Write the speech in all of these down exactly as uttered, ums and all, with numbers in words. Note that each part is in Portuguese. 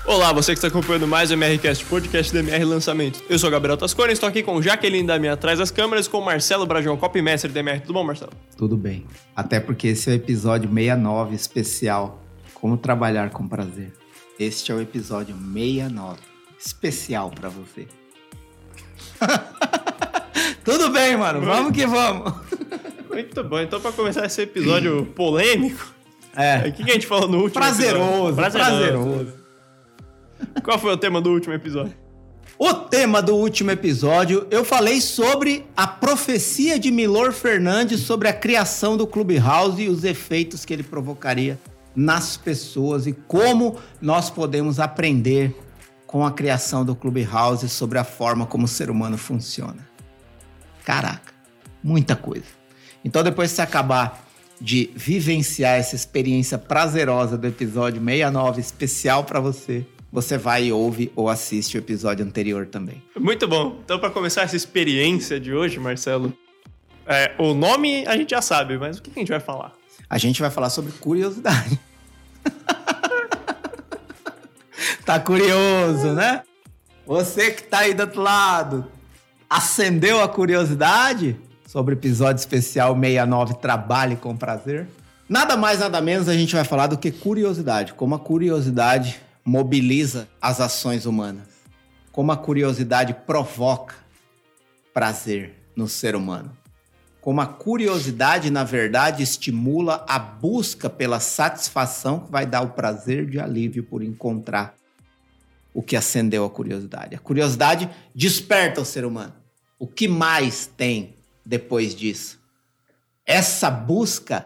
Olá, você que está acompanhando mais o MRCast, podcast do M R Lançamentos. Eu sou o Gabriel Tascone, estou aqui com Jaqueline da minha atrás das câmeras, com o Marcelo Brajão, copymestre da M R. Tudo bom, Marcelo? Tudo bem. Até porque esse é o episódio sessenta e nove especial, Como Trabalhar com Prazer. Este é o episódio sessenta e nove, especial para você. Tudo bem, mano, vamos que vamos. Muito bom, então para começar esse episódio polêmico, é. o que, que a gente falou no último prazeroso, episódio? Prazeroso, prazeroso. Qual foi o tema do último episódio? O tema do último episódio, eu falei sobre a profecia de Milor Fernandes sobre a criação do Clubhouse e os efeitos que ele provocaria nas pessoas e como nós podemos aprender com a criação do Clubhouse sobre a forma como o ser humano funciona. Caraca, muita coisa. Então, depois que você acabar de vivenciar essa experiência prazerosa do episódio sessenta e nove especial para você, você vai e ouve ou assiste o episódio anterior também. Muito bom. Então, para começar essa experiência de hoje, Marcelo, é, o nome a gente já sabe, mas o que a gente vai falar? A gente vai falar sobre curiosidade. Tá curioso, né? Você que tá aí do outro lado, acendeu a curiosidade sobre o episódio especial sessenta e nove, Trabalhe com Prazer? Nada mais, nada menos a gente vai falar do que curiosidade, como a curiosidade mobiliza as ações humanas, como a curiosidade provoca prazer no ser humano, como a curiosidade, na verdade, estimula a busca pela satisfação que vai dar o prazer de alívio por encontrar o que acendeu a curiosidade. A curiosidade desperta o ser humano. O que mais tem depois disso? Essa busca,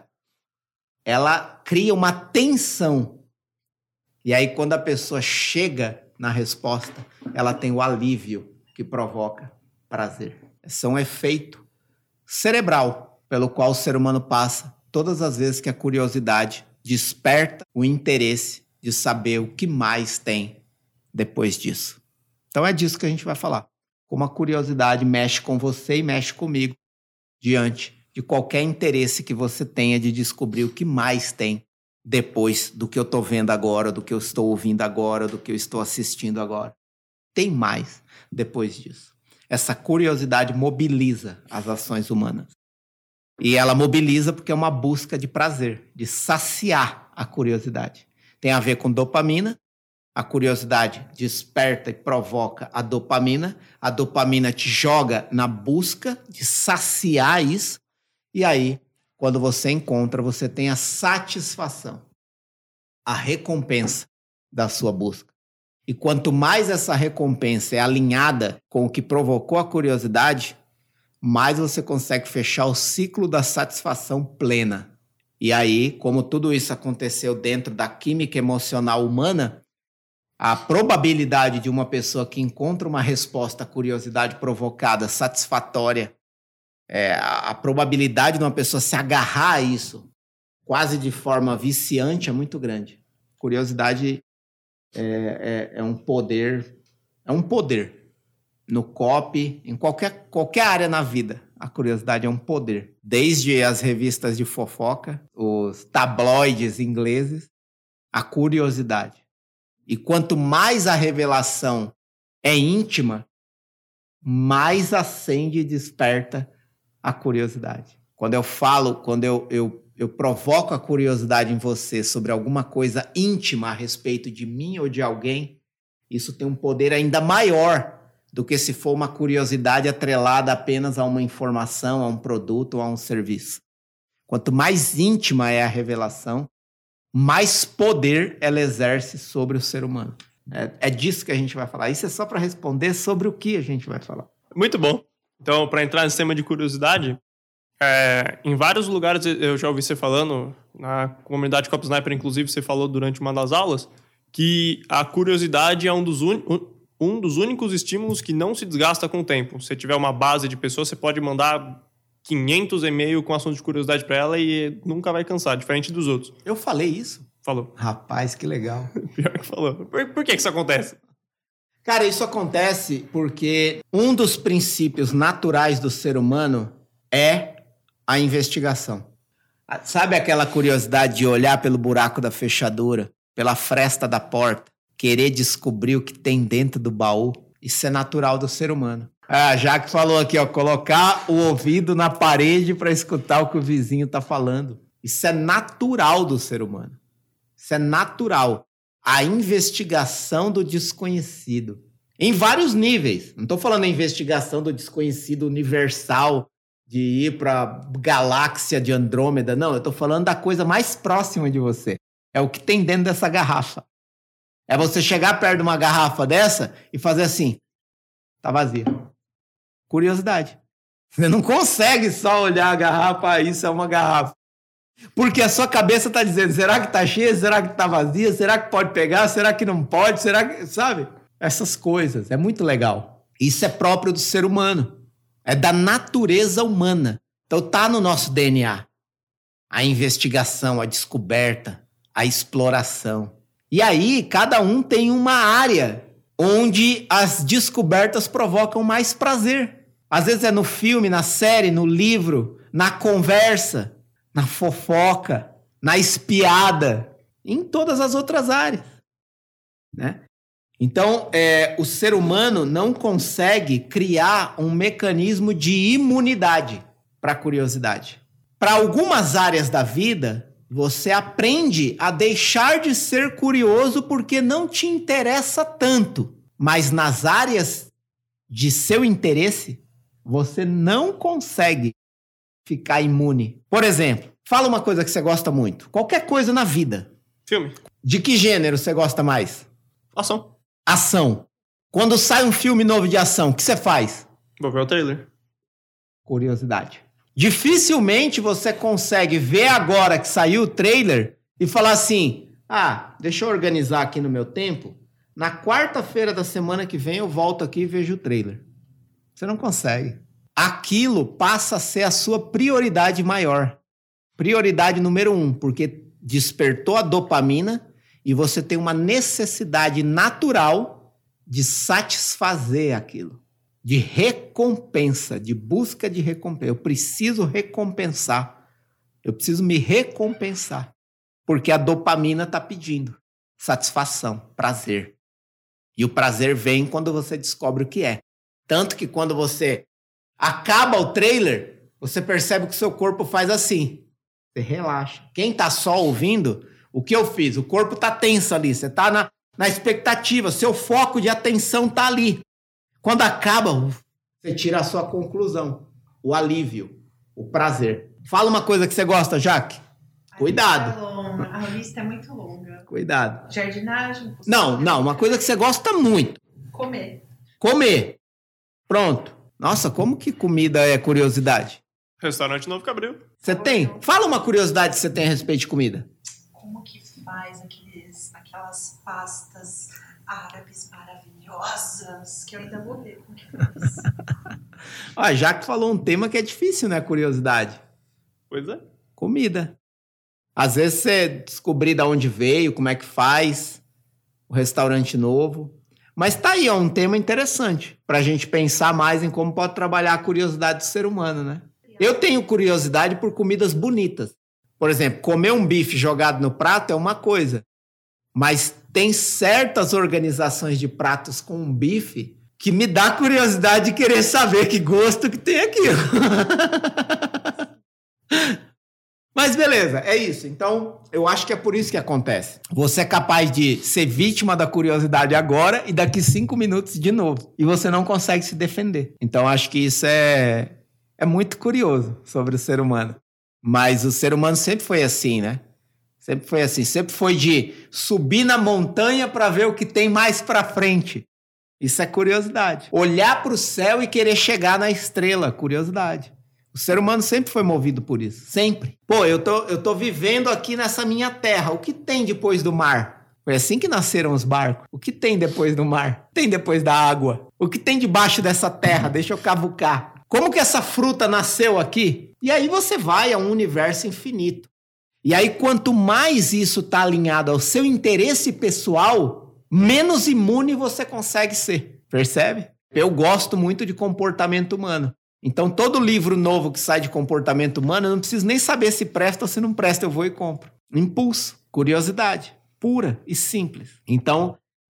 ela cria uma tensão. E aí, quando a pessoa chega na resposta, ela tem o alívio que provoca prazer. Esse é um efeito cerebral pelo qual o ser humano passa todas as vezes que a curiosidade desperta o interesse de saber o que mais tem depois disso. Então é disso que a gente vai falar. Como a curiosidade mexe com você e mexe comigo diante de qualquer interesse que você tenha de descobrir o que mais tem depois do que eu estou vendo agora, do que eu estou ouvindo agora, do que eu estou assistindo agora. Tem mais depois disso. Essa curiosidade mobiliza as ações humanas. E ela mobiliza porque é uma busca de prazer, de saciar a curiosidade. Tem a ver com dopamina. A curiosidade desperta e provoca a dopamina. A dopamina te joga na busca de saciar isso. E aí, quando você encontra, você tem a satisfação, a recompensa da sua busca. E quanto mais essa recompensa é alinhada com o que provocou a curiosidade, mais você consegue fechar o ciclo da satisfação plena. E aí, como tudo isso aconteceu dentro da química emocional humana, a probabilidade de uma pessoa que encontra uma resposta à curiosidade provocada satisfatória, É, a, a probabilidade de uma pessoa se agarrar a isso quase de forma viciante é muito grande. Curiosidade é, é, é um poder, é um poder no copy, em qualquer, qualquer área na vida. A curiosidade é um poder. Desde as revistas de fofoca, os tabloides ingleses, a curiosidade. E quanto mais a revelação é íntima, mais acende e desperta a curiosidade. Quando eu falo, quando eu, eu, eu provoco a curiosidade em você sobre alguma coisa íntima a respeito de mim ou de alguém, isso tem um poder ainda maior do que se for uma curiosidade atrelada apenas a uma informação, a um produto ou a um serviço. Quanto mais íntima é a revelação, mais poder ela exerce sobre o ser humano. É, é disso que a gente vai falar. Isso é só para responder sobre o que a gente vai falar. Muito bom. Então, para entrar nesse tema de curiosidade, é, em vários lugares eu já ouvi você falando, na comunidade Cop Sniper, inclusive, você falou durante uma das aulas, que a curiosidade é um dos, un... um dos únicos estímulos que não se desgasta com o tempo. Se tiver uma base de pessoas, você pode mandar quinhentos e-mails com assunto de curiosidade para ela e nunca vai cansar, diferente dos outros. Eu falei isso? Falou. Rapaz, que legal. Pior que falou. Por, por que que isso acontece? Cara, isso acontece porque um dos princípios naturais do ser humano é a investigação. Sabe aquela curiosidade de olhar pelo buraco da fechadura, pela fresta da porta querer descobrir o que tem dentro do baú. Isso é natural do ser humano. Ah, já que falou aqui, ó, colocar o ouvido na parede para escutar o que o vizinho tá falando. Isso é natural do ser humano. Isso é natural. A investigação do desconhecido. Em vários níveis. Não estou falando a investigação do desconhecido universal, de ir para a galáxia de Andrômeda. Não, eu estou falando da coisa mais próxima de você. É o que tem dentro dessa garrafa. É você chegar perto de uma garrafa dessa e fazer assim. Tá vazia. Curiosidade. Você não consegue só olhar a garrafa, ah, isso é uma garrafa. Porque a sua cabeça está dizendo, será que está cheia? Será que está vazia? Será que pode pegar? Será que não pode? Será que... Sabe? Essas coisas. É muito legal. Isso é próprio do ser humano. É da natureza humana. Então tá no nosso D N A. A investigação, a descoberta, a exploração. E aí, cada um tem uma área onde as descobertas provocam mais prazer. Às vezes é no filme, na série, no livro, na conversa, na fofoca, na espiada, em todas as outras áreas, né? Então, é, o ser humano não consegue criar um mecanismo de imunidade para a curiosidade. Para algumas áreas da vida, você aprende a deixar de ser curioso porque não te interessa tanto. Mas nas áreas de seu interesse, você não consegue ficar imune. Por exemplo, fala uma coisa que você gosta muito. Qualquer coisa na vida. Filme. De que gênero você gosta mais? Ação. Ação. Quando sai um filme novo de ação, o que você faz? Vou ver o trailer. Curiosidade. Dificilmente você consegue ver agora que saiu o trailer e falar assim, ah, deixa eu organizar aqui no meu tempo. Na quarta-feira da semana que vem eu volto aqui e vejo o trailer. Você não consegue. Aquilo passa a ser a sua prioridade maior. Prioridade número um, porque despertou a dopamina e você tem uma necessidade natural de satisfazer aquilo. De recompensa, de busca de recompensa. Eu preciso recompensar. Eu preciso me recompensar. Porque a dopamina está pedindo satisfação, prazer. E o prazer vem quando você descobre o que é. Tanto que quando você acaba o trailer, você percebe que o seu corpo faz assim. Você relaxa. Quem está só ouvindo, o que eu fiz? O corpo está tenso ali. Você está na, na expectativa. Seu foco de atenção está ali. Quando acaba, você tira a sua conclusão. O alívio, o prazer. Fala uma coisa que você gosta, Jaque. Cuidado. A lista é muito longa. Cuidado. Jardinagem. Não, não. Uma coisa que você gosta muito. Comer. Comer. Pronto. Nossa, como que comida é curiosidade? Restaurante Novo Cabril. Você tem? Fala uma curiosidade que você tem a respeito de comida. Como que faz aqueles, aquelas pastas árabes maravilhosas que eu ainda vou ver como que faz. Ah, já que falou um tema que é difícil, né? Curiosidade. Pois é. Comida. Às vezes você descobrir de onde veio, como é que faz, o restaurante novo. Mas tá aí, ó, um tema interessante pra gente pensar mais em como pode trabalhar a curiosidade do ser humano, né? Eu tenho curiosidade por comidas bonitas. Por exemplo, comer um bife jogado no prato é uma coisa. Mas tem certas organizações de pratos com um bife que me dá curiosidade de querer saber que gosto que tem aquilo. Mas beleza, é isso. Então, eu acho que é por isso que acontece. Você é capaz de ser vítima da curiosidade agora e daqui cinco minutos de novo. E você não consegue se defender. Então, acho que isso é, é muito curioso sobre o ser humano. Mas o ser humano sempre foi assim, né? Sempre foi assim. Sempre foi de subir na montanha para ver o que tem mais para frente. Isso é curiosidade. Olhar para o céu e querer chegar na estrela. Curiosidade. O ser humano sempre foi movido por isso. Sempre. Pô, eu tô, eu tô vivendo aqui nessa minha terra. O que tem depois do mar? Foi assim que nasceram os barcos. O que tem depois do mar? O que tem depois da água? O que tem debaixo dessa terra? Deixa eu cavucar. Como que essa fruta nasceu aqui? E aí você vai a um universo infinito. E aí quanto mais isso tá alinhado ao seu interesse pessoal, menos imune você consegue ser. Percebe? Eu gosto muito de comportamento humano. Então, todo livro novo que sai de comportamento humano, eu não preciso nem saber se presta ou se não presta, eu vou e compro. Impulso, curiosidade, pura e simples. Então,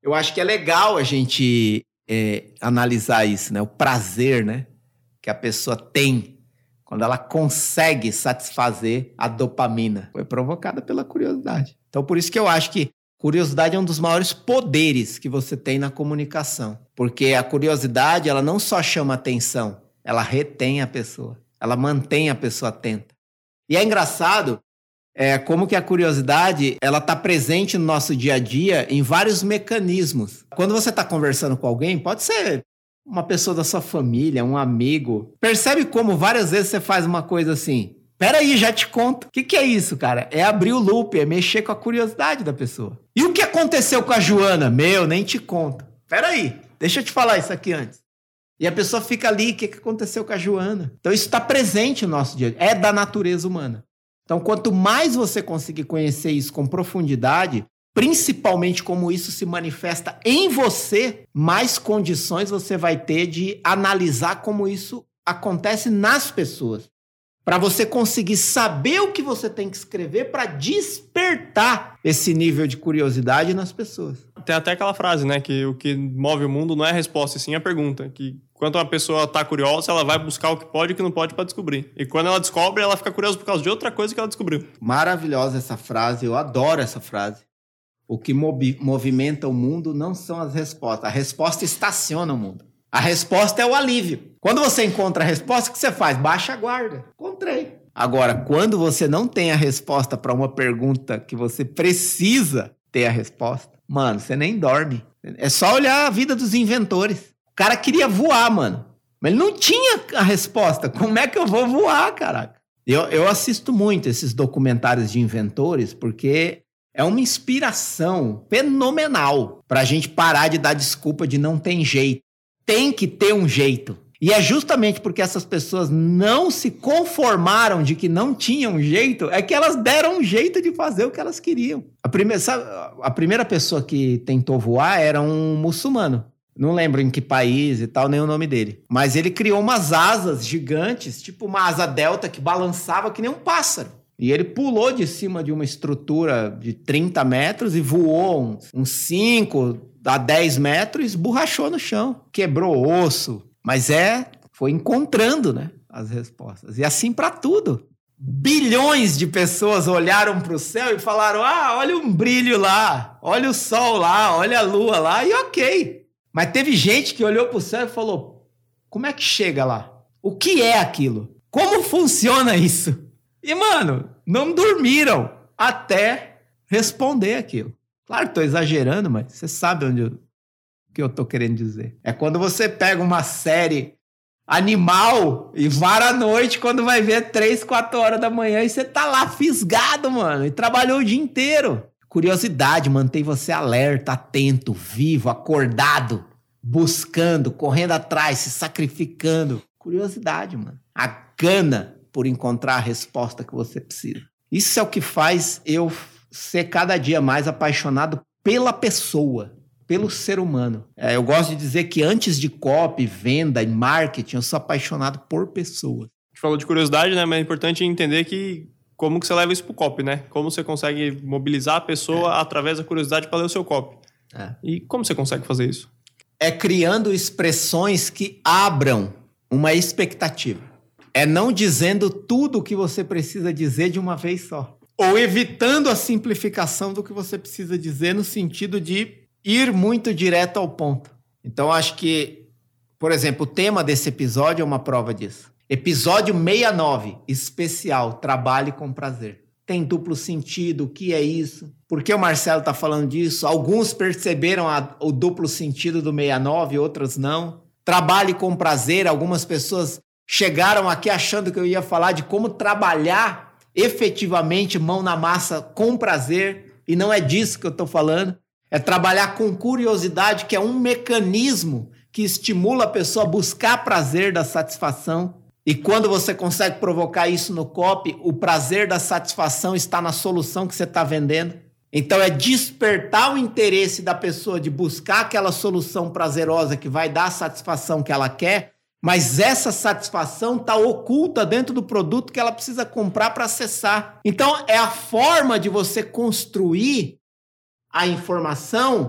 Eu acho que é legal a gente é, analisar isso, né? O prazer, né? Que a pessoa tem quando ela consegue satisfazer a dopamina. Foi provocada pela curiosidade. Então, por isso que eu acho que curiosidade é um dos maiores poderes que você tem na comunicação. Porque a curiosidade, ela não só chama atenção, ela retém a pessoa. Ela mantém a pessoa atenta. E é engraçado é, como que a curiosidade ela está presente no nosso dia a dia em vários mecanismos. Quando você está conversando com alguém, pode ser uma pessoa da sua família, um amigo. Percebe como várias vezes você faz uma coisa assim... Peraí, já te conto. O que, que é isso, cara? É abrir o loop, é mexer com a curiosidade da pessoa. E o que aconteceu com a Joana? Meu, nem te conto. Peraí, deixa eu te falar isso aqui antes. E a pessoa fica ali, o que, que aconteceu com a Joana? Então isso está presente no nosso dia a dia, é da natureza humana. Então quanto mais você conseguir conhecer isso com profundidade, principalmente como isso se manifesta em você, mais condições você vai ter de analisar como isso acontece nas pessoas. Para você conseguir saber o que você tem que escrever para despertar esse nível de curiosidade nas pessoas. Tem até aquela frase, né? Que o que move o mundo não é a resposta, e sim a pergunta. Que quando uma pessoa está curiosa, ela vai buscar o que pode e o que não pode para descobrir. E quando ela descobre, ela fica curiosa por causa de outra coisa que ela descobriu. Maravilhosa essa frase, eu adoro essa frase. O que movi- movimenta o mundo não são as respostas. A resposta estaciona o mundo. A resposta é o alívio. Quando você encontra a resposta, o que você faz? Baixa a guarda. Encontrei. Agora, quando você não tem a resposta para uma pergunta que você precisa ter a resposta, mano, você nem dorme. É só olhar a vida dos inventores. O cara queria voar, mano. Mas ele não tinha a resposta. Como é que eu vou voar, caraca? Eu, eu assisto muito esses documentários de inventores porque é uma inspiração fenomenal para a gente parar de dar desculpa de não tem jeito. Tem que ter um jeito. E é justamente porque essas pessoas não se conformaram de que não tinham jeito, é que elas deram um jeito de fazer o que elas queriam. A primeira, sabe, a primeira pessoa que tentou voar era um muçulmano. Não lembro em que país e tal, nem o nome dele. Mas ele criou umas asas gigantes, tipo uma asa delta que balançava que nem um pássaro. E ele pulou de cima de uma estrutura de trinta metros e voou uns, uns cinco a dez metros e esborrachou no chão. Quebrou osso. Mas é, foi encontrando, né, as respostas. E assim para tudo. Bilhões de pessoas olharam para o céu e falaram, ah, olha um brilho lá, olha o sol lá, olha a lua lá, e ok. Mas teve gente que olhou para o céu e falou, como é que chega lá? O que é aquilo? Como funciona isso? E, mano, não dormiram até responder aquilo. Claro que estou exagerando, mas você sabe onde eu, o que eu estou querendo dizer. É quando você pega uma série animal e vara à noite, quando vai ver três, quatro horas da manhã e você tá lá fisgado, mano, e trabalhou o dia inteiro. Curiosidade mantém você alerta, atento, vivo, acordado, buscando, correndo atrás, se sacrificando. Curiosidade, mano. A gana por encontrar a resposta que você precisa. Isso é o que faz eu ser cada dia mais apaixonado pela pessoa, pelo ser humano. É, eu gosto de dizer que antes de copy, venda e marketing, eu sou apaixonado por pessoas. A gente falou de curiosidade, né? Mas é importante entender que como que você leva isso pro copy, né? Como você consegue mobilizar a pessoa é. através da curiosidade para ler o seu copy. É. E como você consegue fazer isso? É criando expressões que abram uma expectativa. É não dizendo tudo o que você precisa dizer de uma vez só. Ou evitando a simplificação do que você precisa dizer no sentido de ir muito direto ao ponto. Então, acho que, por exemplo, o tema desse episódio é uma prova disso. Episódio sessenta e nove, especial, Trabalhe com Prazer. Tem duplo sentido, o que é isso? Por que o Marcelo está falando disso? Alguns perceberam a, o duplo sentido do sessenta e nove, outros não. Trabalhe com prazer, algumas pessoas chegaram aqui achando que eu ia falar de como trabalhar efetivamente mão na massa com prazer, e não é disso que eu estou falando. É trabalhar com curiosidade, que é um mecanismo que estimula a pessoa a buscar prazer da satisfação. E quando você consegue provocar isso no copy, o prazer da satisfação está na solução que você está vendendo. Então é despertar o interesse da pessoa de buscar aquela solução prazerosa que vai dar a satisfação que ela quer, mas essa satisfação está oculta dentro do produto que ela precisa comprar para acessar. Então, é a forma de você construir a informação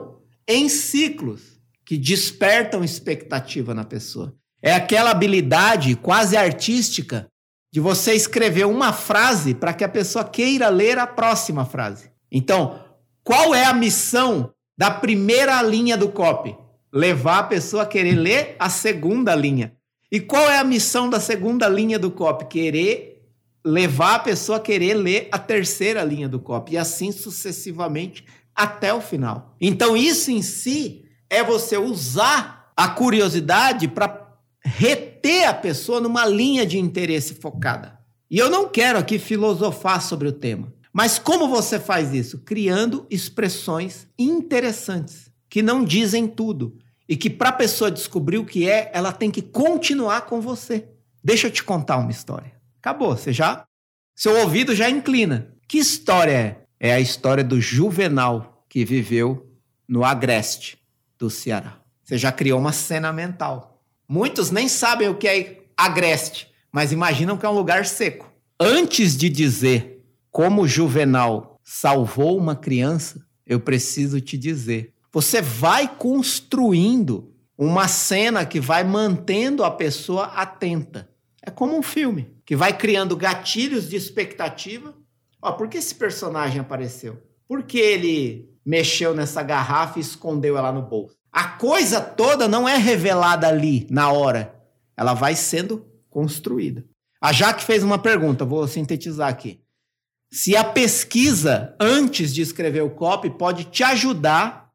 em ciclos que despertam expectativa na pessoa. É aquela habilidade quase artística de você escrever uma frase para que a pessoa queira ler a próxima frase. Então, qual é a missão da primeira linha do copy? Levar a pessoa a querer ler a segunda linha. E qual é a missão da segunda linha do copy? Querer levar a pessoa a querer ler a terceira linha do copy. E assim sucessivamente até o final. Então, isso em si é você usar a curiosidade para reter a pessoa numa linha de interesse focada. E eu não quero aqui filosofar sobre o tema. Mas como você faz isso? Criando expressões interessantes, que não dizem tudo. E que para a pessoa descobrir o que é, ela tem que continuar com você. Deixa eu te contar uma história. Acabou, você já... Seu ouvido já inclina. Que história é? É a história do Juvenal, que viveu no Agreste do Ceará. Você já criou uma cena mental. Muitos nem sabem o que é Agreste, mas imaginam que é um lugar seco. Antes de dizer como Juvenal salvou uma criança, eu preciso te dizer. Você vai construindo uma cena que vai mantendo a pessoa atenta. É como um filme, que vai criando gatilhos de expectativa. Ó, por que esse personagem apareceu? Por que ele mexeu nessa garrafa e escondeu ela no bolso? A coisa toda não é revelada ali, na hora. Ela vai sendo construída. A Jaque fez uma pergunta, vou sintetizar aqui. Se a pesquisa, antes de escrever o copy, pode te ajudar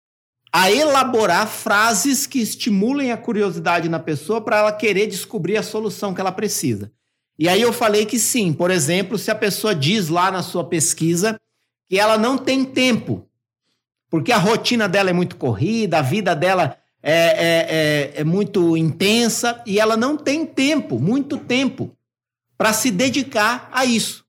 a elaborar frases que estimulem a curiosidade na pessoa para ela querer descobrir a solução que ela precisa. E aí eu falei que sim. Por exemplo, se a pessoa diz lá na sua pesquisa que ela não tem tempo, porque a rotina dela é muito corrida, a vida dela é, é, é, é muito intensa e ela não tem tempo, muito tempo, para se dedicar a isso.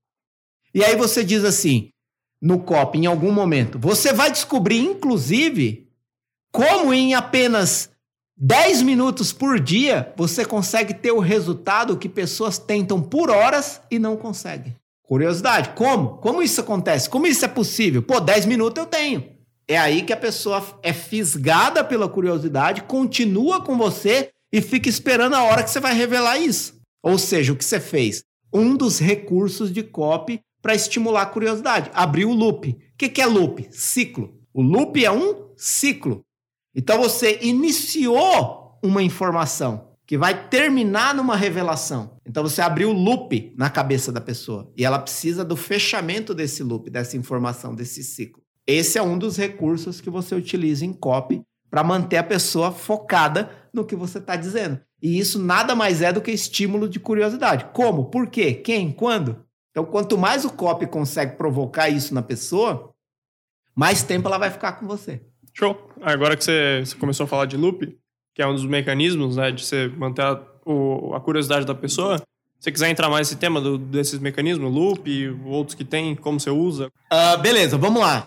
E aí você diz assim, no copy, em algum momento, você vai descobrir, inclusive, como em apenas dez minutos por dia você consegue ter o resultado que pessoas tentam por horas e não conseguem. Curiosidade, como? Como isso acontece? Como isso é possível? Pô, dez minutos eu tenho. É aí que a pessoa é fisgada pela curiosidade, continua com você e fica esperando a hora que você vai revelar isso. Ou seja, o que você fez? Um dos recursos de copy para estimular a curiosidade. Abriu o loop. O que, que é loop? Ciclo. O loop é um ciclo. Então você iniciou uma informação que vai terminar numa revelação. Então você abriu o loop na cabeça da pessoa e ela precisa do fechamento desse loop, dessa informação, desse ciclo. Esse é um dos recursos que você utiliza em copy para manter a pessoa focada no que você está dizendo. E isso nada mais é do que estímulo de curiosidade. Como? Por quê? Quem? Quando? Então, quanto mais o copy consegue provocar isso na pessoa, mais tempo ela vai ficar com você. Show. Agora que você, você começou a falar de loop, que é um dos mecanismos, né, de você manter a, o, a curiosidade da pessoa, se você quiser entrar mais nesse tema do, desses mecanismos, loop e outros que tem, como você usa. Uh, beleza, vamos lá.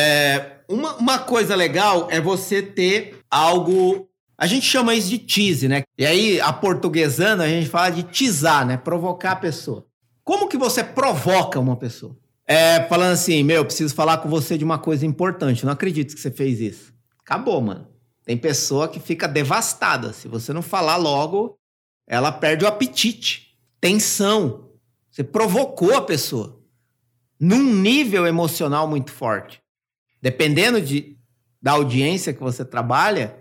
É, uma, uma coisa legal é você ter algo... A gente chama isso de tease, né? E aí, aportuguesando, a gente fala de teasar, né? Provocar a pessoa. Como que você provoca uma pessoa? É, falando assim, meu, eu preciso falar com você de uma coisa importante. Eu não acredito que você fez isso. Acabou, mano. Tem pessoa que fica devastada. Se você não falar logo, ela perde o apetite. Tensão. Você provocou a pessoa. Num nível emocional muito forte. Dependendo de, da audiência que você trabalha,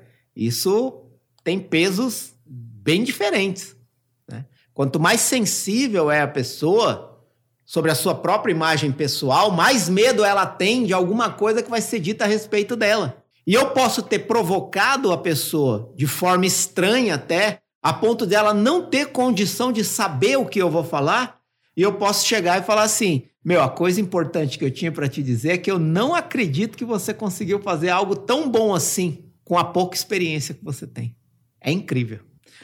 isso tem pesos bem diferentes, né? Quanto mais sensível é a pessoa sobre a sua própria imagem pessoal, mais medo ela tem de alguma coisa que vai ser dita a respeito dela. E eu posso ter provocado a pessoa de forma estranha até, a ponto dela não ter condição de saber o que eu vou falar, e eu posso chegar e falar assim, meu, a coisa importante que eu tinha para te dizer é que eu não acredito que você conseguiu fazer algo tão bom assim com a pouca experiência que você tem. É incrível.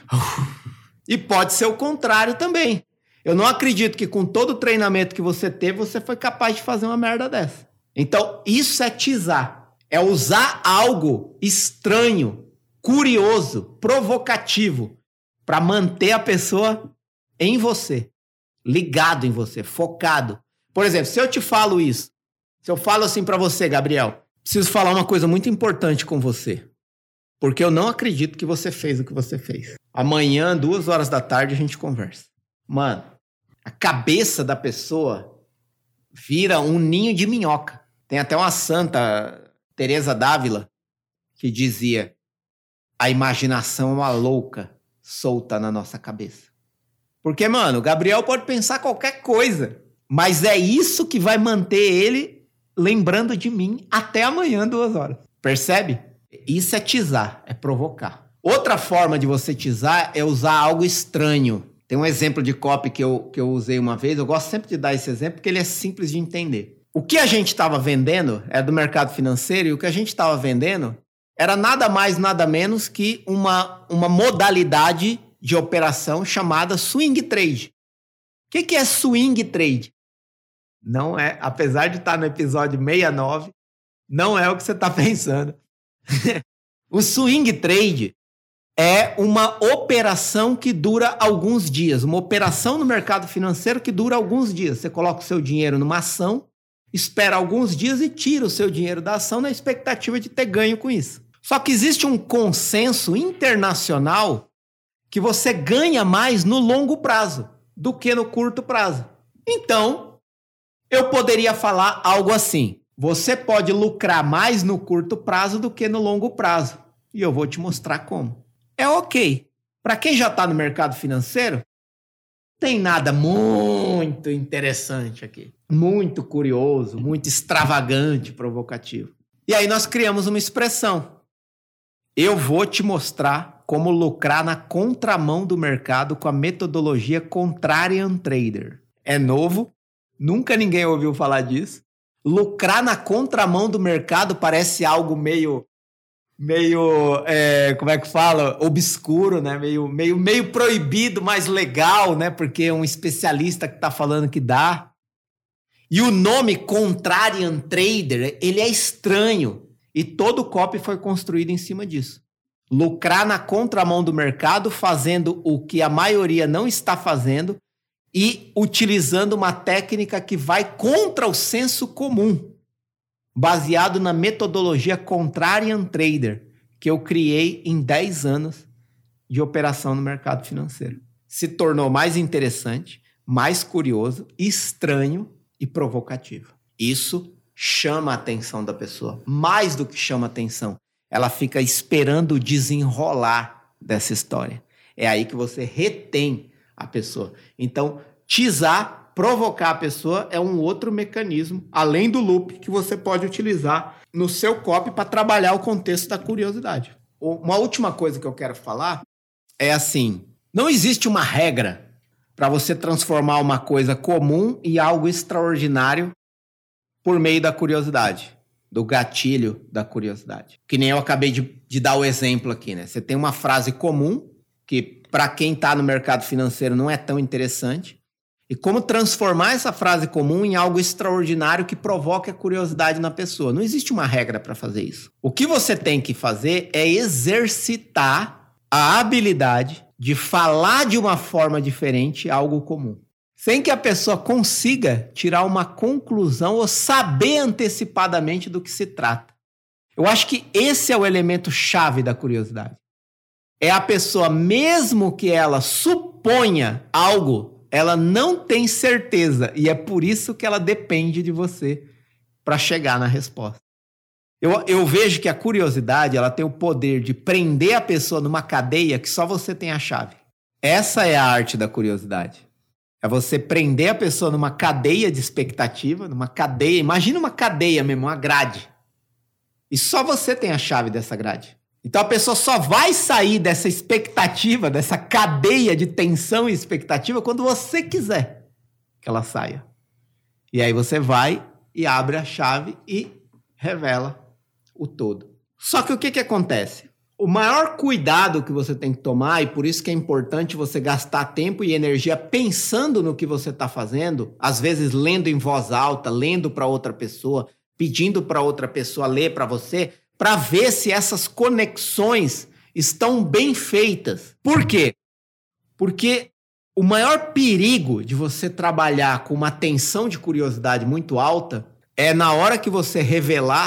E pode ser o contrário também. Eu não acredito que com todo o treinamento que você teve, você foi capaz de fazer uma merda dessa. Então, isso é teasar. É usar algo estranho, curioso, provocativo, para manter a pessoa em você, ligado em você, focado. Por exemplo, se eu te falo isso, se eu falo assim para você, Gabriel, preciso falar uma coisa muito importante com você. Porque eu não acredito que você fez o que você fez. Amanhã, duas horas da tarde, a gente conversa. Mano, a cabeça da pessoa vira um ninho de minhoca. Tem até uma santa, Teresa d'Ávila, que dizia: a imaginação é uma louca solta na nossa cabeça. Porque, mano, o Gabriel pode pensar qualquer coisa, mas é isso que vai manter ele lembrando de mim até amanhã, duas horas. Percebe? Isso é teasar, é provocar. Outra forma de você teasar é usar algo estranho. Tem um exemplo de copy que eu, que eu usei uma vez, eu gosto sempre de dar esse exemplo porque ele é simples de entender. O que a gente estava vendendo é do mercado financeiro, e o que a gente estava vendendo era nada mais, nada menos que uma, uma modalidade de operação chamada swing trade. O que, que é swing trade? Não é, apesar de estar no episódio sessenta e nove, não é o que você está pensando. O swing trade é uma operação que dura alguns dias, uma operação no mercado financeiro que dura alguns dias. Você coloca o seu dinheiro numa ação, espera alguns dias e tira o seu dinheiro da ação na expectativa de ter ganho com isso. Só que existe um consenso internacional que você ganha mais no longo prazo do que no curto prazo. Então, eu poderia falar algo assim: você pode lucrar mais no curto prazo do que no longo prazo. E eu vou te mostrar como. É ok. Para quem já está no mercado financeiro, tem nada muito interessante aqui. Muito curioso, muito extravagante, provocativo. E aí nós criamos uma expressão. Eu vou te mostrar como lucrar na contramão do mercado com a metodologia Contrarian Trader. É novo, nunca ninguém ouviu falar disso. Lucrar na contramão do mercado parece algo meio, meio, é, como é que fala? Obscuro, né? Meio, meio, meio proibido, mas legal, né? Porque é um especialista que está falando que dá. E o nome Contrarian Trader, ele é estranho. E todo o copy foi construído em cima disso. Lucrar na contramão do mercado, fazendo o que a maioria não está fazendo e utilizando uma técnica que vai contra o senso comum, baseado na metodologia Contrarian Trader, que eu criei em dez anos de operação no mercado financeiro. Se tornou mais interessante, mais curioso, estranho e provocativo. Isso chama a atenção da pessoa. Mais do que chama a atenção, ela fica esperando o desenrolar dessa história. É aí que você retém a pessoa. Então, teasar, provocar a pessoa é um outro mecanismo, além do loop, que você pode utilizar no seu copy para trabalhar o contexto da curiosidade. Uma última coisa que eu quero falar é assim: não existe uma regra para você transformar uma coisa comum em algo extraordinário por meio da curiosidade, do gatilho da curiosidade. Que nem eu acabei de, de dar o exemplo aqui, né? Você tem uma frase comum, que para quem está no mercado financeiro não é tão interessante, e como transformar essa frase comum em algo extraordinário que provoque a curiosidade na pessoa. Não existe uma regra para fazer isso. O que você tem que fazer é exercitar a habilidade de falar de uma forma diferente algo comum, sem que a pessoa consiga tirar uma conclusão ou saber antecipadamente do que se trata. Eu acho que esse é o elemento chave da curiosidade. É a pessoa, mesmo que ela suponha algo, ela não tem certeza, e é por isso que ela depende de você para chegar na resposta. Eu, eu vejo que a curiosidade, ela tem o poder de prender a pessoa numa cadeia que só você tem a chave. Essa é a arte da curiosidade. É você prender a pessoa numa cadeia de expectativa, numa cadeia, imagina uma cadeia mesmo, uma grade. E só você tem a chave dessa grade. Então a pessoa só vai sair dessa expectativa, dessa cadeia de tensão e expectativa quando você quiser que ela saia. E aí você vai e abre a chave e revela o todo. Só que o que que acontece? O maior cuidado que você tem que tomar, e por isso que é importante você gastar tempo e energia pensando no que você está fazendo, às vezes lendo em voz alta, lendo para outra pessoa, pedindo para outra pessoa ler para você, para ver se essas conexões estão bem feitas. Por quê? Porque o maior perigo de você trabalhar com uma tensão de curiosidade muito alta é na hora que você revelar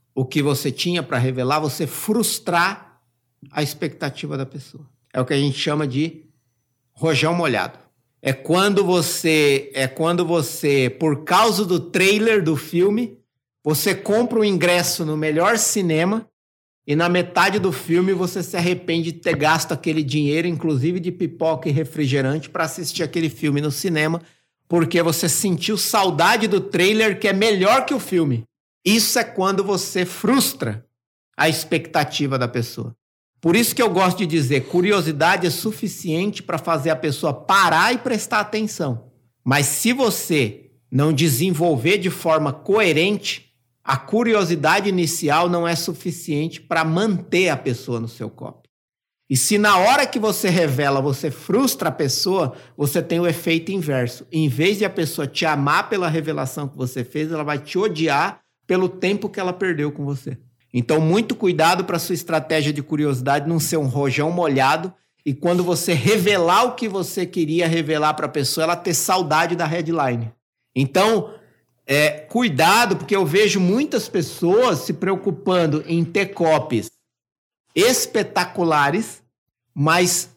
o que você tinha para revelar, você frustrar a expectativa da pessoa. É o que a gente chama de rojão molhado. É quando você, é quando você, por causa do trailer do filme, você compra um ingresso no melhor cinema e na metade do filme você se arrepende de ter gasto aquele dinheiro, inclusive de pipoca e refrigerante, para assistir aquele filme no cinema, porque você sentiu saudade do trailer que é melhor que o filme. Isso é quando você frustra a expectativa da pessoa. Por isso que eu gosto de dizer, curiosidade é suficiente para fazer a pessoa parar e prestar atenção. Mas se você não desenvolver de forma coerente, a curiosidade inicial não é suficiente para manter a pessoa no seu copy. E se na hora que você revela, você frustra a pessoa, você tem o efeito inverso. Em vez de a pessoa te amar pela revelação que você fez, ela vai te odiar pelo tempo que ela perdeu com você. Então, muito cuidado para a sua estratégia de curiosidade não ser um rojão molhado e quando você revelar o que você queria revelar para a pessoa, ela ter saudade da headline. Então, é, cuidado, porque eu vejo muitas pessoas se preocupando em ter copies espetaculares, mas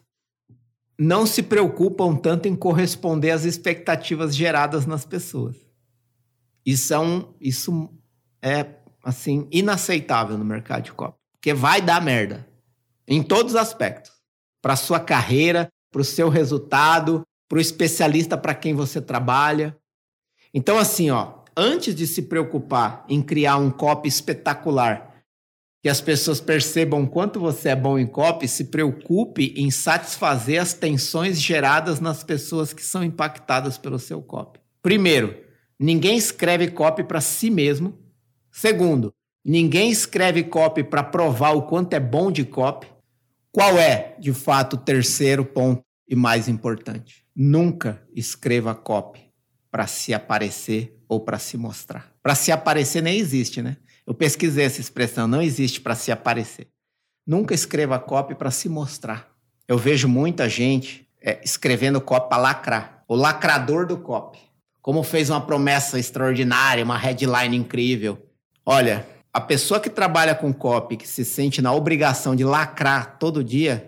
não se preocupam tanto em corresponder às expectativas geradas nas pessoas. Isso é, um, isso é assim, inaceitável no mercado de copy. Porque vai dar merda. Em todos os aspectos. Para sua carreira, para o seu resultado, para o especialista para quem você trabalha. Então, assim, ó, antes de se preocupar em criar um copy espetacular, que as pessoas percebam o quanto você é bom em copy, se preocupe em satisfazer as tensões geradas nas pessoas que são impactadas pelo seu copy. Primeiro, ninguém escreve copy para si mesmo. Segundo, ninguém escreve copy para provar o quanto é bom de copy. Qual é, de fato, o terceiro ponto e mais importante? Nunca escreva copy para se aparecer ou para se mostrar. Para se aparecer nem existe, né? Eu pesquisei essa expressão, não existe para se aparecer. Nunca escreva copy para se mostrar. Eu vejo muita gente é, escrevendo copy para lacrar. O lacrador do copy. Como fez uma promessa extraordinária, uma headline incrível. Olha, a pessoa que trabalha com copy, que se sente na obrigação de lacrar todo dia,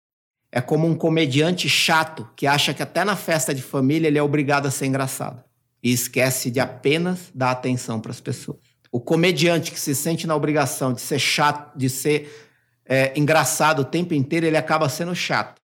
é como um comediante chato que acha que até na festa de família ele é obrigado a ser engraçado. E esquece de apenas dar atenção para as pessoas. O comediante que se sente na obrigação de ser chato, de ser é, engraçado o tempo inteiro, ele acaba sendo chato.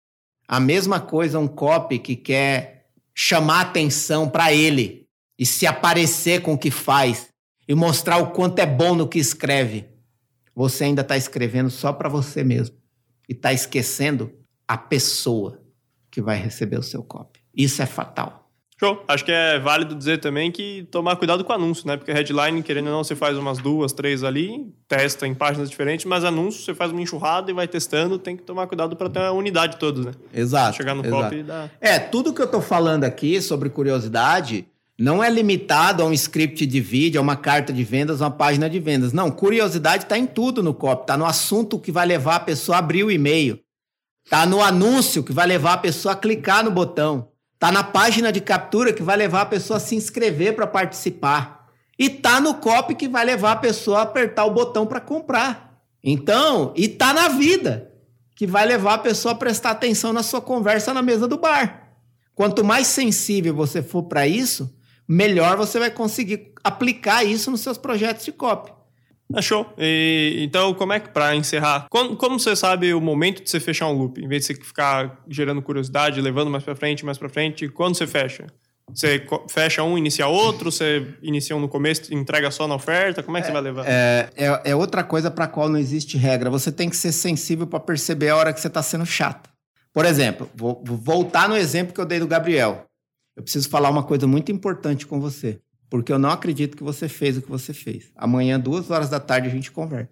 A mesma coisa um copy que quer chamar atenção para ele e se aparecer com o que faz. E mostrar o quanto é bom no que escreve. Você ainda está escrevendo só para você mesmo. E está esquecendo a pessoa que vai receber o seu copy. Isso é fatal. Show. Acho que é válido dizer também que tomar cuidado com o anúncio, né? Porque headline, querendo ou não, você faz umas duas, três ali, testa em páginas diferentes, mas anúncio você faz uma enxurrada e vai testando, tem que tomar cuidado para ter a unidade toda, né? Exato. Chegar no exato. copy e dar... É, tudo que eu estou falando aqui sobre curiosidade... não é limitado a um script de vídeo, a uma carta de vendas, uma página de vendas. Não, curiosidade está em tudo no copy. Está no assunto que vai levar a pessoa a abrir o e-mail. Está no anúncio que vai levar a pessoa a clicar no botão. Está na página de captura que vai levar a pessoa a se inscrever para participar. E está no copy que vai levar a pessoa a apertar o botão para comprar. Então, e está na vida que vai levar a pessoa a prestar atenção na sua conversa na mesa do bar. Quanto mais sensível você for para isso, melhor você vai conseguir aplicar isso nos seus projetos de copy. Ah, show. E, então, como é que, para encerrar, como, como você sabe o momento de você fechar um loop? Em vez de você ficar gerando curiosidade, levando mais para frente, mais para frente, quando você fecha? Você fecha um, inicia outro? Você inicia um no começo, entrega só na oferta? Como é que é, você vai levar? É, é, é outra coisa para a qual não existe regra. Você tem que ser sensível para perceber a hora que você está sendo chato. Por exemplo, vou, vou voltar no exemplo que eu dei do Gabriel. Eu preciso falar uma coisa muito importante com você, porque eu não acredito que você fez o que você fez. Amanhã, duas horas da tarde, a gente conversa.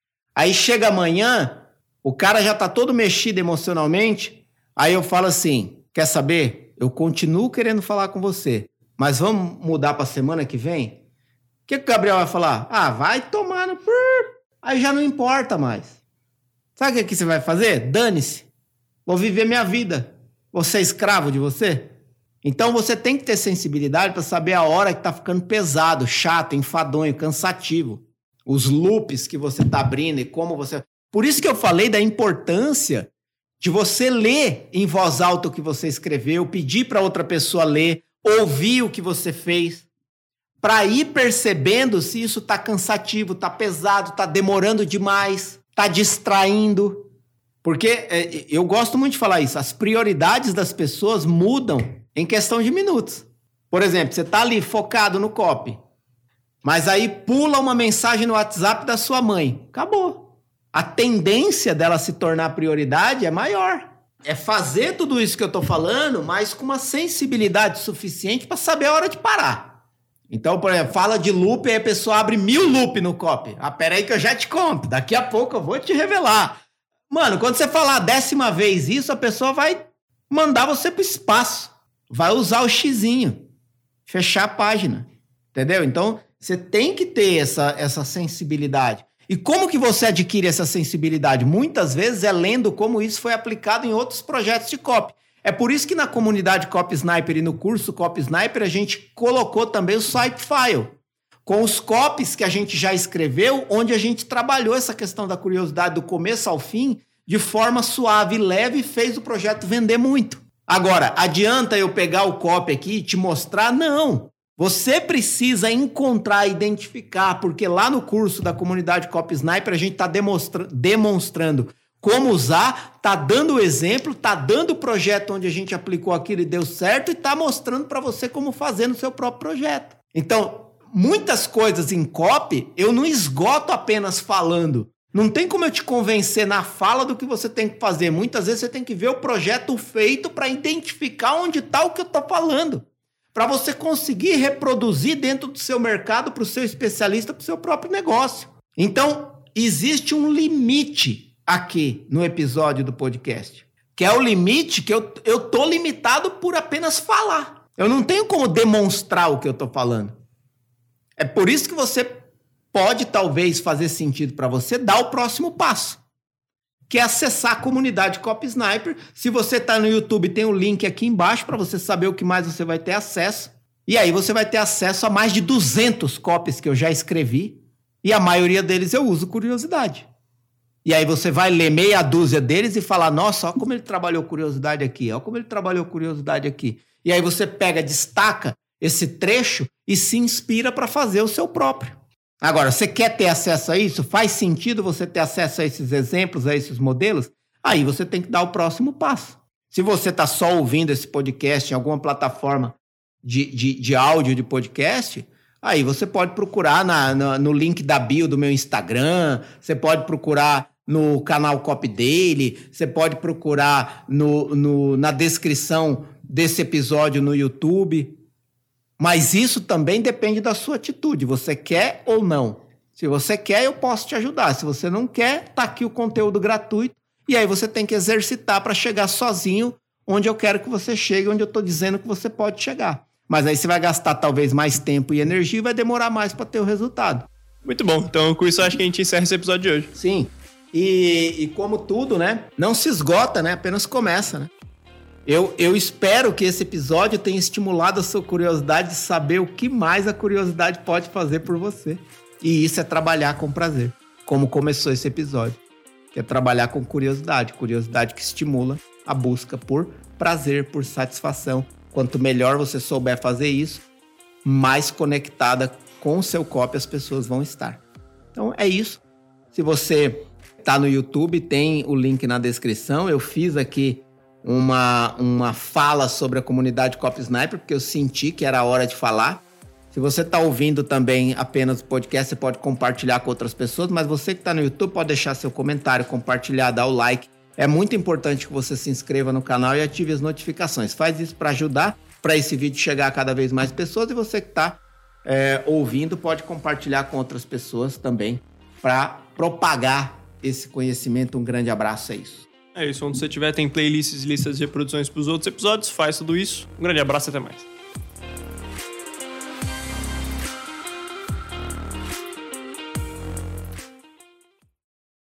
Aí chega amanhã, o cara já tá todo mexido emocionalmente, aí eu falo assim, quer saber? Eu continuo querendo falar com você, mas vamos mudar pra semana que vem? O que, que o Gabriel vai falar? Ah, vai tomar no... Aí já não importa mais. Sabe o que, que você vai fazer? Dane-se. Vou viver minha vida. Vou ser escravo de você? Então você tem que ter sensibilidade para saber a hora que tá ficando pesado, chato, enfadonho, cansativo. os loops que você está abrindo e como você... Por isso que eu falei da importância de você ler em voz alta o que você escreveu, pedir para outra pessoa ler, ouvir o que você fez, para ir percebendo se isso está cansativo, está pesado, está demorando demais, está distraindo. Porque é, eu gosto muito de falar isso, as prioridades das pessoas mudam em questão de minutos. Por exemplo, você está ali focado no copy, mas aí pula uma mensagem no WhatsApp da sua mãe. Acabou. A tendência dela se tornar prioridade é maior. É fazer tudo isso que eu estou falando, mas com uma sensibilidade suficiente para saber a hora de parar. Então, por exemplo, fala de loop, aí a pessoa abre mil loop no copy. Ah, peraí que eu já te conto. Daqui a pouco eu vou te revelar. Mano, quando você falar a décima vez isso, a pessoa vai mandar você pro espaço. Vai usar o xizinho. Fechar a página. Entendeu? Então, você tem que ter essa, essa sensibilidade. E como que você adquire essa sensibilidade? Muitas vezes é lendo como isso foi aplicado em outros projetos de copy. É por isso que na comunidade Copy Sniper e no curso Copy Sniper a gente colocou também o site file, com os copies que a gente já escreveu, onde a gente trabalhou essa questão da curiosidade do começo ao fim, de forma suave e leve, e fez o projeto vender muito. Agora, adianta eu pegar o copy aqui e te mostrar? Não. Você precisa encontrar, identificar, porque lá no curso da comunidade Copy Sniper a gente está demonstra- demonstrando como usar, está dando o exemplo, está dando o projeto onde a gente aplicou aquilo e deu certo e está mostrando para você como fazer no seu próprio projeto. Então, muitas coisas em copy eu não esgoto apenas falando. Não tem como eu te convencer na fala do que você tem que fazer. Muitas vezes você tem que ver o projeto feito para identificar onde está o que eu estou falando. Para você conseguir reproduzir dentro do seu mercado, para o seu especialista, para o seu próprio negócio. Então, existe um limite aqui no episódio do podcast, que é o limite que eu, eu tô limitado por apenas falar. Eu não tenho como demonstrar o que eu tô falando. É por isso que você pode, talvez, fazer sentido para você dar o próximo passo, que é acessar a comunidade Copy Sniper. Se você está no YouTube, tem o link aqui embaixo para você saber o que mais você vai ter acesso. E aí você vai ter acesso a mais de duzentos copies que eu já escrevi. E a maioria deles eu uso curiosidade. E aí você vai ler meia dúzia deles e falar, nossa, olha como ele trabalhou curiosidade aqui, olha como ele trabalhou curiosidade aqui. E aí você pega, destaca esse trecho e se inspira para fazer o seu próprio. Agora, você quer ter acesso a isso? Faz sentido você ter acesso a esses exemplos, a esses modelos? Aí você tem que dar o próximo passo. Se você está só ouvindo esse podcast em alguma plataforma de, de, de áudio de podcast, aí você pode procurar na, na, no link da bio do meu Instagram, você pode procurar no canal Copy Daily, você pode procurar no, no, na descrição desse episódio no YouTube. Mas isso também depende da sua atitude. Você quer ou não? Se você quer, eu posso te ajudar. Se você não quer, tá aqui o conteúdo gratuito. E aí você tem que exercitar para chegar sozinho onde eu quero que você chegue, onde eu estou dizendo que você pode chegar. Mas aí você vai gastar talvez mais tempo e energia e vai demorar mais para ter o resultado. Muito bom. Então, com isso, acho que a gente encerra esse episódio de hoje. Sim. E, e como tudo, né? Não se esgota, né? Apenas começa, né? Eu, eu espero que esse episódio tenha estimulado a sua curiosidade de saber o que mais a curiosidade pode fazer por você. E isso é trabalhar com prazer, como começou esse episódio. Que é trabalhar com curiosidade. Curiosidade que estimula a busca por prazer, por satisfação. Quanto melhor você souber fazer isso, mais conectada com o seu copy as pessoas vão estar. Então é isso. Se você está no YouTube, tem o link na descrição. Eu fiz aqui Uma, uma fala sobre a comunidade Copy Sniper, porque eu senti que era a hora de falar. Se você está ouvindo também apenas o podcast, você pode compartilhar com outras pessoas, mas você que está no YouTube pode deixar seu comentário, compartilhar, dar o like. É muito importante que você se inscreva no canal e ative as notificações. Faz isso para ajudar, para esse vídeo chegar a cada vez mais pessoas, e você que está é, ouvindo pode compartilhar com outras pessoas também, para propagar esse conhecimento. Um grande abraço, é isso. É isso, onde você tiver tem playlists e listas de reproduções para os outros episódios, faz tudo isso. Um grande abraço e até mais.